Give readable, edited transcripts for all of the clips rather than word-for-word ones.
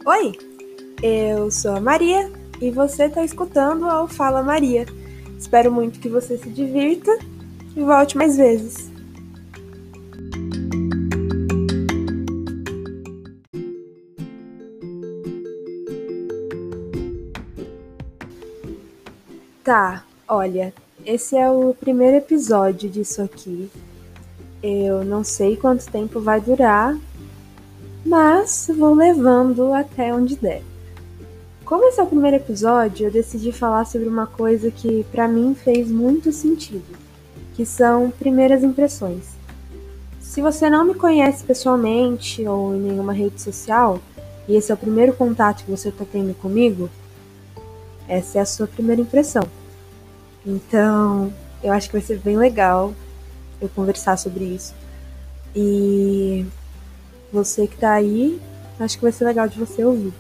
Oi, eu sou a Maria e você está escutando ao Fala Maria. Espero muito que você se divirta e volte mais vezes. Tá, olha, esse é o primeiro episódio disso aqui. Eu não sei quanto tempo vai durar, mas vou levando até onde der. Como esse é o primeiro episódio, eu decidi falar sobre uma coisa que pra mim fez muito sentido, que são primeiras impressões. Se você não me conhece pessoalmente ou em nenhuma rede social, e esse é o primeiro contato que você está tendo comigo, essa é a sua primeira impressão. Então, eu acho que vai ser bem legal eu conversar sobre isso. E você que tá aí, acho que vai ser legal de você ouvir.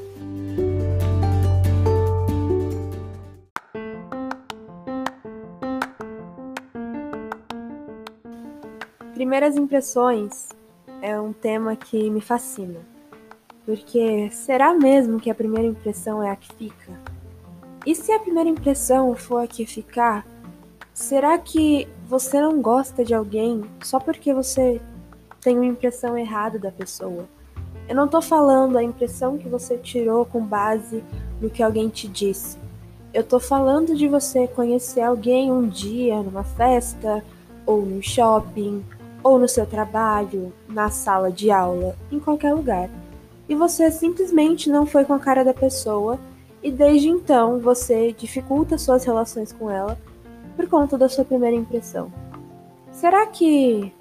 Primeiras impressões é um tema que me fascina. Porque será mesmo que a primeira impressão é a que fica? E se a primeira impressão for a que ficar, será que você não gosta de alguém só porque você tem uma impressão errada da pessoa? Eu não tô falando a impressão que você tirou com base no que alguém te disse. Eu tô falando de você conhecer alguém um dia numa festa, ou no shopping, ou no seu trabalho, na sala de aula, em qualquer lugar. E você simplesmente não foi com a cara da pessoa, e desde então você dificulta suas relações com ela por conta da sua primeira impressão. Será que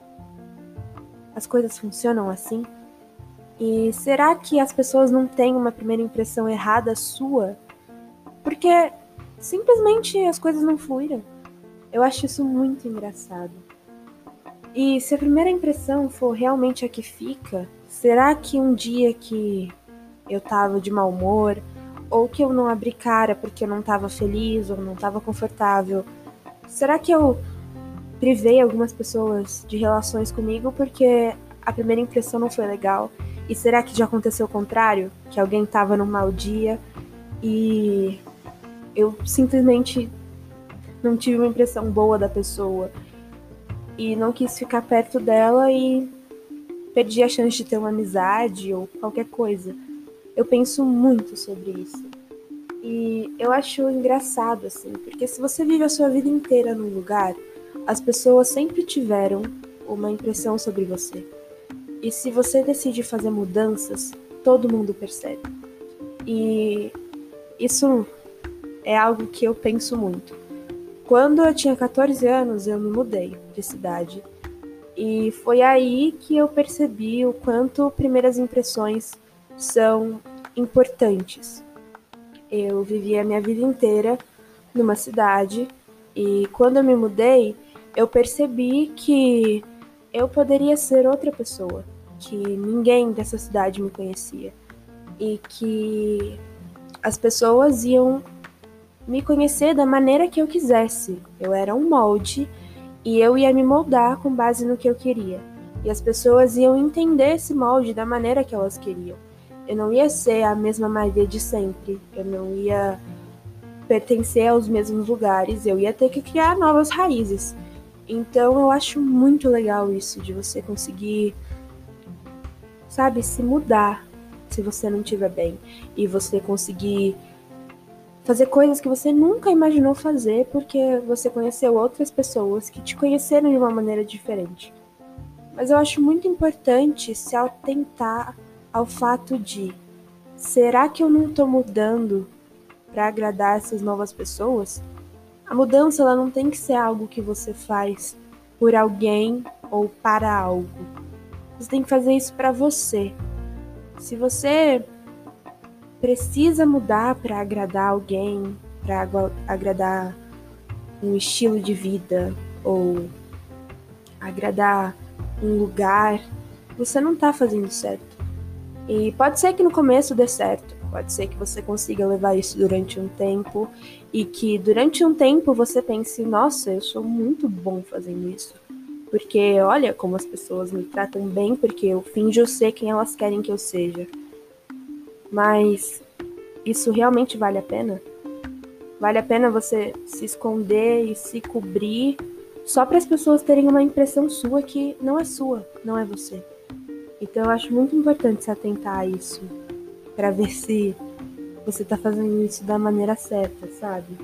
as coisas funcionam assim? E será que as pessoas não têm uma primeira impressão errada sua? Porque simplesmente as coisas não fluíram. Eu acho isso muito engraçado. E se a primeira impressão for realmente a que fica, será que um dia que eu tava de mau humor, ou que eu não abri cara porque eu não tava feliz ou não tava confortável, será que eu privei algumas pessoas de relações comigo porque a primeira impressão não foi legal? E será que já aconteceu o contrário? Que alguém tava num mau dia e eu simplesmente não tive uma impressão boa da pessoa e não quis ficar perto dela e perdi a chance de ter uma amizade ou qualquer coisa. Eu penso muito sobre isso. E eu acho engraçado, assim, porque se você vive a sua vida inteira num lugar, as pessoas sempre tiveram uma impressão sobre você. E se você decide fazer mudanças, todo mundo percebe. E isso é algo que eu penso muito. Quando eu tinha 14 anos, eu me mudei de cidade. E foi aí que eu percebi o quanto primeiras impressões são importantes. Eu vivi a minha vida inteira numa cidade e quando eu me mudei, eu percebi que eu poderia ser outra pessoa, que ninguém dessa cidade me conhecia e que as pessoas iam me conhecer da maneira que eu quisesse. Eu era um molde e eu ia me moldar com base no que eu queria. E as pessoas iam entender esse molde da maneira que elas queriam. Eu não ia ser a mesma Maria de sempre. Eu não ia pertencer aos mesmos lugares. Eu ia ter que criar novas raízes. Então eu acho muito legal isso de você conseguir, sabe, se mudar se você não estiver bem. E você conseguir fazer coisas que você nunca imaginou fazer porque você conheceu outras pessoas que te conheceram de uma maneira diferente. Mas eu acho muito importante se atentar ao fato de: será que eu não estou mudando para agradar essas novas pessoas? A mudança ela não tem que ser algo que você faz por alguém ou para algo. Você tem que fazer isso para você. Se você precisa mudar para agradar alguém, para agradar um estilo de vida ou agradar um lugar, você não está fazendo certo. E pode ser que no começo dê certo, pode ser que você consiga levar isso durante um tempo e que durante um tempo você pense: nossa, eu sou muito bom fazendo isso. Porque olha como as pessoas me tratam bem, porque eu finjo ser quem elas querem que eu seja. Mas isso realmente vale a pena? Vale a pena você se esconder e se cobrir só para as pessoas terem uma impressão sua que não é sua, não é você. Então eu acho muito importante se atentar a isso, para ver se você tá fazendo isso da maneira certa, sabe?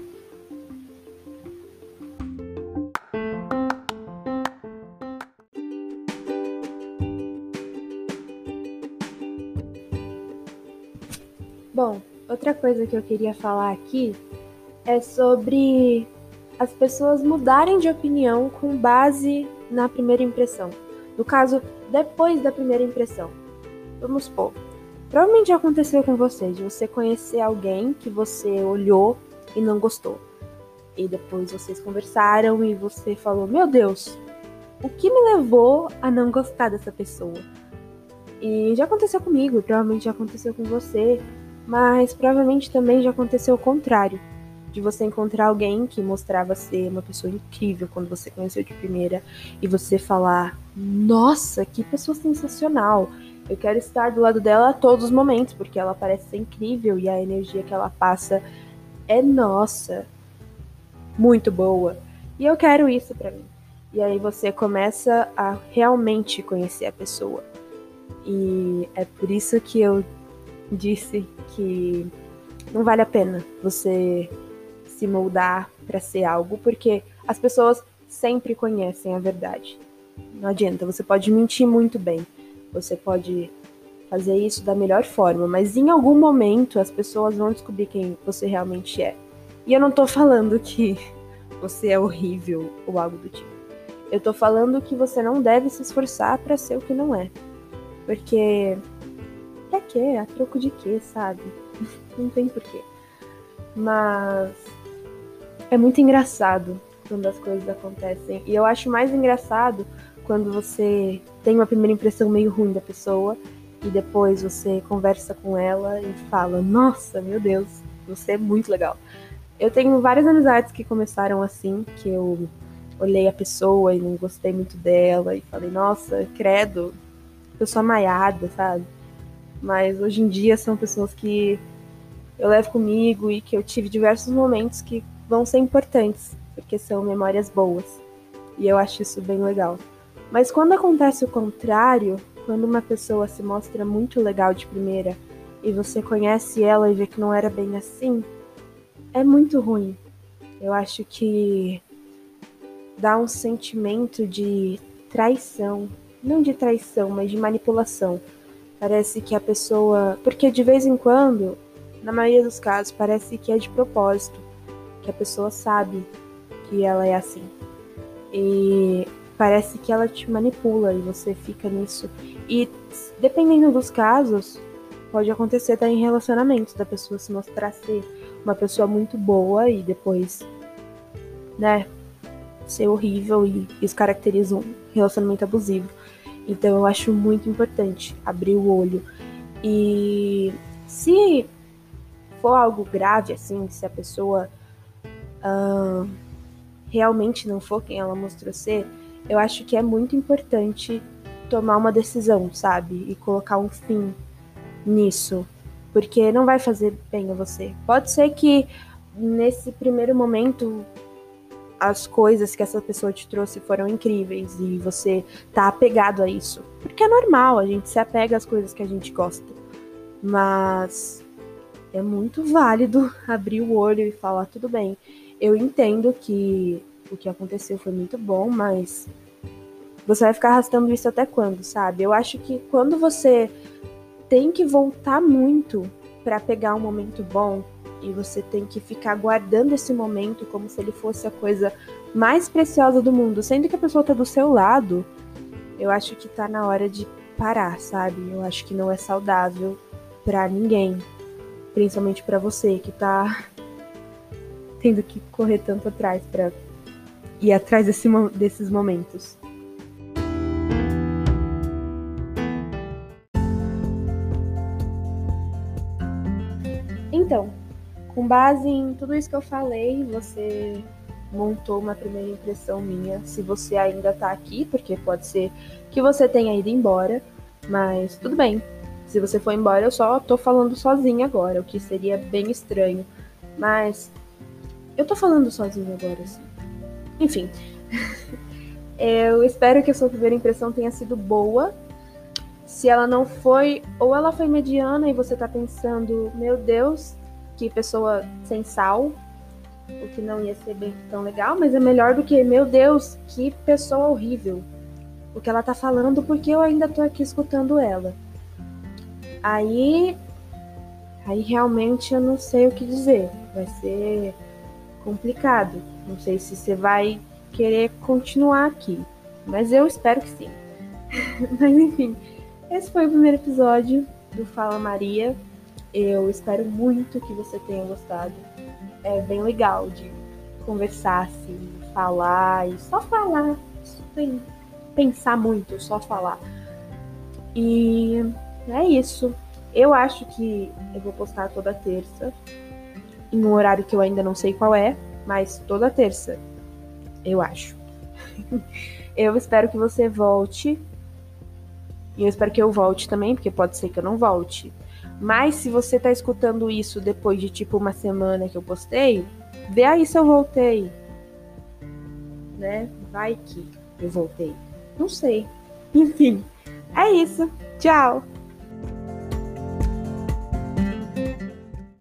Bom, outra coisa que eu queria falar aqui é sobre as pessoas mudarem de opinião com base na primeira impressão. No caso, depois da primeira impressão. Vamos supor, provavelmente já aconteceu com você, de você conhecer alguém que você olhou e não gostou. E depois vocês conversaram e você falou, meu Deus, o que me levou a não gostar dessa pessoa? E já aconteceu comigo, provavelmente já aconteceu com você, mas provavelmente também já aconteceu o contrário, de você encontrar alguém que mostrava ser uma pessoa incrível quando você conheceu de primeira e você falar, nossa, que pessoa sensacional, eu quero estar do lado dela a todos os momentos, porque ela parece ser incrível e a energia que ela passa é nossa, muito boa, e eu quero isso pra mim. E aí você começa a realmente conhecer a pessoa. E é por isso que eu disse que não vale a pena você se moldar para ser algo, porque as pessoas sempre conhecem a verdade. Não adianta, você pode mentir muito bem, você pode fazer isso da melhor forma, mas em algum momento as pessoas vão descobrir quem você realmente é. E eu não tô falando que você é horrível ou algo do tipo. Eu tô falando que você não deve se esforçar para ser o que não é. Porque pra quê? A troco de quê, sabe? Não tem porquê. Mas é muito engraçado quando as coisas acontecem. E eu acho mais engraçado quando você tem uma primeira impressão meio ruim da pessoa e depois você conversa com ela e fala, nossa, meu Deus, você é muito legal. Eu tenho várias amizades que começaram assim, que eu olhei a pessoa e não gostei muito dela e falei, nossa, credo, pessoa maiada, sabe? Mas hoje em dia são pessoas que eu levo comigo e que eu tive diversos momentos que vão ser importantes, porque são memórias boas. E eu acho isso bem legal. Mas quando acontece o contrário, quando uma pessoa se mostra muito legal de primeira e você conhece ela e vê que não era bem assim, é muito ruim. Eu acho que dá um sentimento de traição. Não de traição, mas de manipulação. Parece que a pessoa. Porque de vez em quando, na maioria dos casos, parece que é de propósito. Que a pessoa sabe que ela é assim. E parece que ela te manipula e você fica nisso. E dependendo dos casos, pode acontecer até em relacionamentos, da pessoa se mostrar ser uma pessoa muito boa e depois, né, ser horrível e isso caracteriza um relacionamento abusivo. Então eu acho muito importante abrir o olho. E se for algo grave, assim, se a pessoa realmente não for quem ela mostrou ser, eu acho que é muito importante tomar uma decisão, sabe? E colocar um fim nisso. Porque não vai fazer bem a você. Pode ser que nesse primeiro momento as coisas que essa pessoa te trouxe foram incríveis e você tá apegado a isso. Porque é normal, a gente se apega às coisas que a gente gosta. Mas é muito válido abrir o olho e falar, tudo bem, eu entendo que o que aconteceu foi muito bom, mas você vai ficar arrastando isso até quando, sabe? Eu acho que quando você tem que voltar muito para pegar um momento bom e você tem que ficar guardando esse momento como se ele fosse a coisa mais preciosa do mundo, sendo que a pessoa tá do seu lado, eu acho que tá na hora de parar, sabe? Eu acho que não é saudável para ninguém, principalmente para você que tá tendo que correr tanto atrás para ir atrás desses momentos. Então, com base em tudo isso que eu falei, você montou uma primeira impressão minha, se você ainda tá aqui, porque pode ser que você tenha ido embora, mas tudo bem. Se você for embora, eu só tô falando sozinha agora, o que seria bem estranho. Mas eu tô falando sozinha agora, assim. Enfim, eu espero que a sua primeira impressão tenha sido boa. Se ela não foi, ou ela foi mediana e você tá pensando, meu Deus, que pessoa sem sal, o que não ia ser bem tão legal, mas é melhor do que, meu Deus, que pessoa horrível. O que ela tá falando, porque eu ainda tô aqui escutando ela. Aí realmente eu não sei o que dizer. Vai ser complicado. Não sei se você vai querer continuar aqui, mas eu espero que sim. Mas enfim, esse foi o primeiro episódio do Fala Maria. Eu espero muito que você tenha gostado. É bem legal de conversar, assim, falar e só falar, sem pensar muito, só falar. E é isso. Eu acho que eu vou postar toda terça, em um horário que eu ainda não sei qual é, mas toda terça, eu acho. Eu espero que você volte. E eu espero que eu volte também, porque pode ser que eu não volte. Mas se você tá escutando isso depois de tipo uma semana que eu postei, vê aí se eu voltei. Né? Vai que eu voltei. Não sei. Enfim, é isso. Tchau!